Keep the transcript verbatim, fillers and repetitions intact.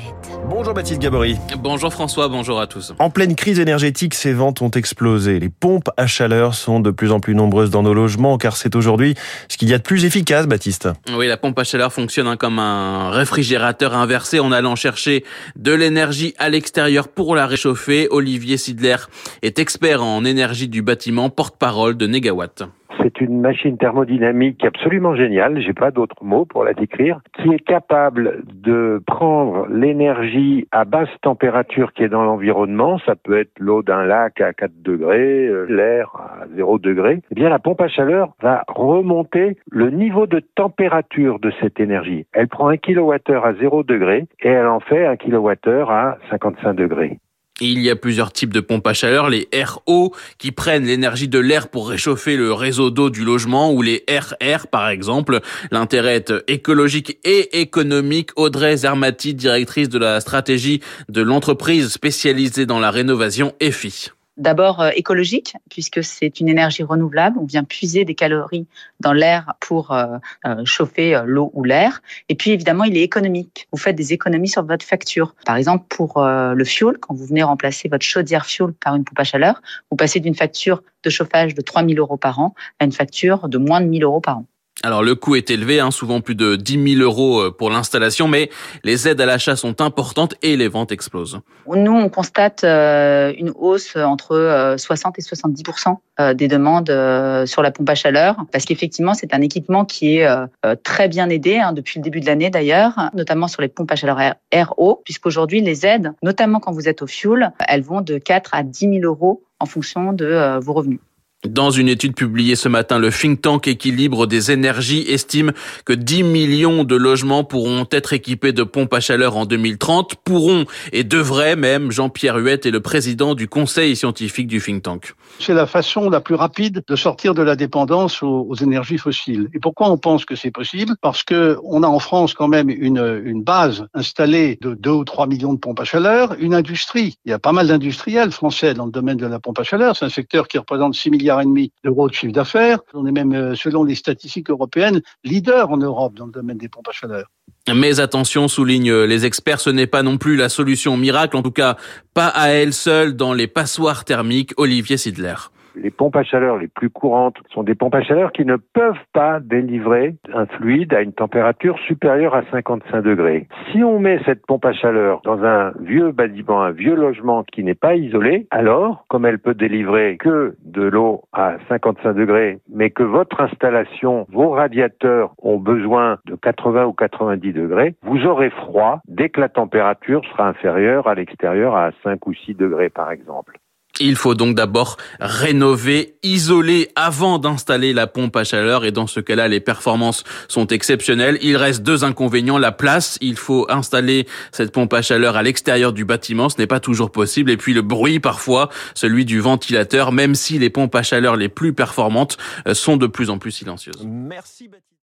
Bonjour Baptiste Gabory. Bonjour François, bonjour à tous. En pleine crise énergétique, ces ventes ont explosé. Les pompes à chaleur sont de plus en plus nombreuses dans nos logements, car c'est aujourd'hui ce qu'il y a de plus efficace, Baptiste. Oui, la pompe à chaleur fonctionne hein, comme un réfrigérateur inversé en allant chercher de l'énergie à l'extérieur pour la réchauffer. Olivier Sidler est expert en énergie du bâtiment, porte-parole de Negawatt. C'est une machine thermodynamique absolument géniale, j'ai pas d'autres mots pour la décrire, qui est capable de prendre l'énergie à basse température qui est dans l'environnement, ça peut être l'eau d'un lac à quatre degrés, l'air à zéro degré. Eh bien, la pompe à chaleur va remonter le niveau de température de cette énergie. Elle prend un kilowattheure à zéro degré et elle en fait un kilowattheure à cinquante-cinq degrés. Il y a plusieurs types de pompes à chaleur, les R O qui prennent l'énergie de l'air pour réchauffer le réseau d'eau du logement ou les R R par exemple. L'intérêt est écologique et économique. Audrey Zermati, directrice de la stratégie de l'entreprise spécialisée dans la rénovation E F I. D'abord euh, écologique, puisque c'est une énergie renouvelable. On vient puiser des calories dans l'air pour euh, euh, chauffer euh, l'eau ou l'air. Et puis évidemment, il est économique. Vous faites des économies sur votre facture. Par exemple, pour euh, le fioul, quand vous venez remplacer votre chaudière fioul par une pompe à chaleur, vous passez d'une facture de chauffage de trois mille euros par an à une facture de moins de mille euros par an. Alors le coût est élevé, hein, souvent plus de dix mille euros pour l'installation, mais les aides à l'achat sont importantes et les ventes explosent. Nous, on constate euh, une hausse entre euh, soixante et soixante-dix pour cent des demandes euh, sur la pompe à chaleur, parce qu'effectivement, c'est un équipement qui est euh, très bien aidé hein, depuis le début de l'année d'ailleurs, notamment sur les pompes à chaleur R O, puisqu'aujourd'hui, les aides, notamment quand vous êtes au fioul, elles vont de quatre à dix mille euros en fonction de euh, vos revenus. Dans une étude publiée ce matin, le think tank Équilibre des énergies estime que dix millions de logements pourront être équipés de pompes à chaleur en deux mille trente. Pourront et devraient même. Jean-Pierre Huette est le président du conseil scientifique du think tank. C'est la façon la plus rapide de sortir de la dépendance aux, aux énergies fossiles. Et pourquoi on pense que c'est possible ? Parce que on a en France quand même une, une base installée de deux ou trois millions de pompes à chaleur, une industrie. Il y a pas mal d'industriels français dans le domaine de la pompe à chaleur. C'est un secteur qui représente six milliards et demi d'euros de chiffre d'affaires. On est même, selon les statistiques européennes, leader en Europe dans le domaine des pompes à chaleur. Mais attention, soulignent les experts, ce n'est pas non plus la solution miracle, en tout cas pas à elle seule dans les passoires thermiques. Olivier Sidler. Les pompes à chaleur les plus courantes sont des pompes à chaleur qui ne peuvent pas délivrer un fluide à une température supérieure à cinquante-cinq degrés. Si on met cette pompe à chaleur dans un vieux bâtiment, un vieux logement qui n'est pas isolé, alors, comme elle peut délivrer que de l'eau à cinquante-cinq degrés, mais que votre installation, vos radiateurs ont besoin de quatre-vingts ou quatre-vingt-dix degrés, vous aurez froid dès que la température sera inférieure à l'extérieur à cinq ou six degrés par exemple. Il faut donc d'abord rénover, isoler avant d'installer la pompe à chaleur et dans ce cas-là, les performances sont exceptionnelles. Il reste deux inconvénients. La place, il faut installer cette pompe à chaleur à l'extérieur du bâtiment, ce n'est pas toujours possible. Et puis le bruit parfois, celui du ventilateur, même si les pompes à chaleur les plus performantes sont de plus en plus silencieuses. Merci Baptiste.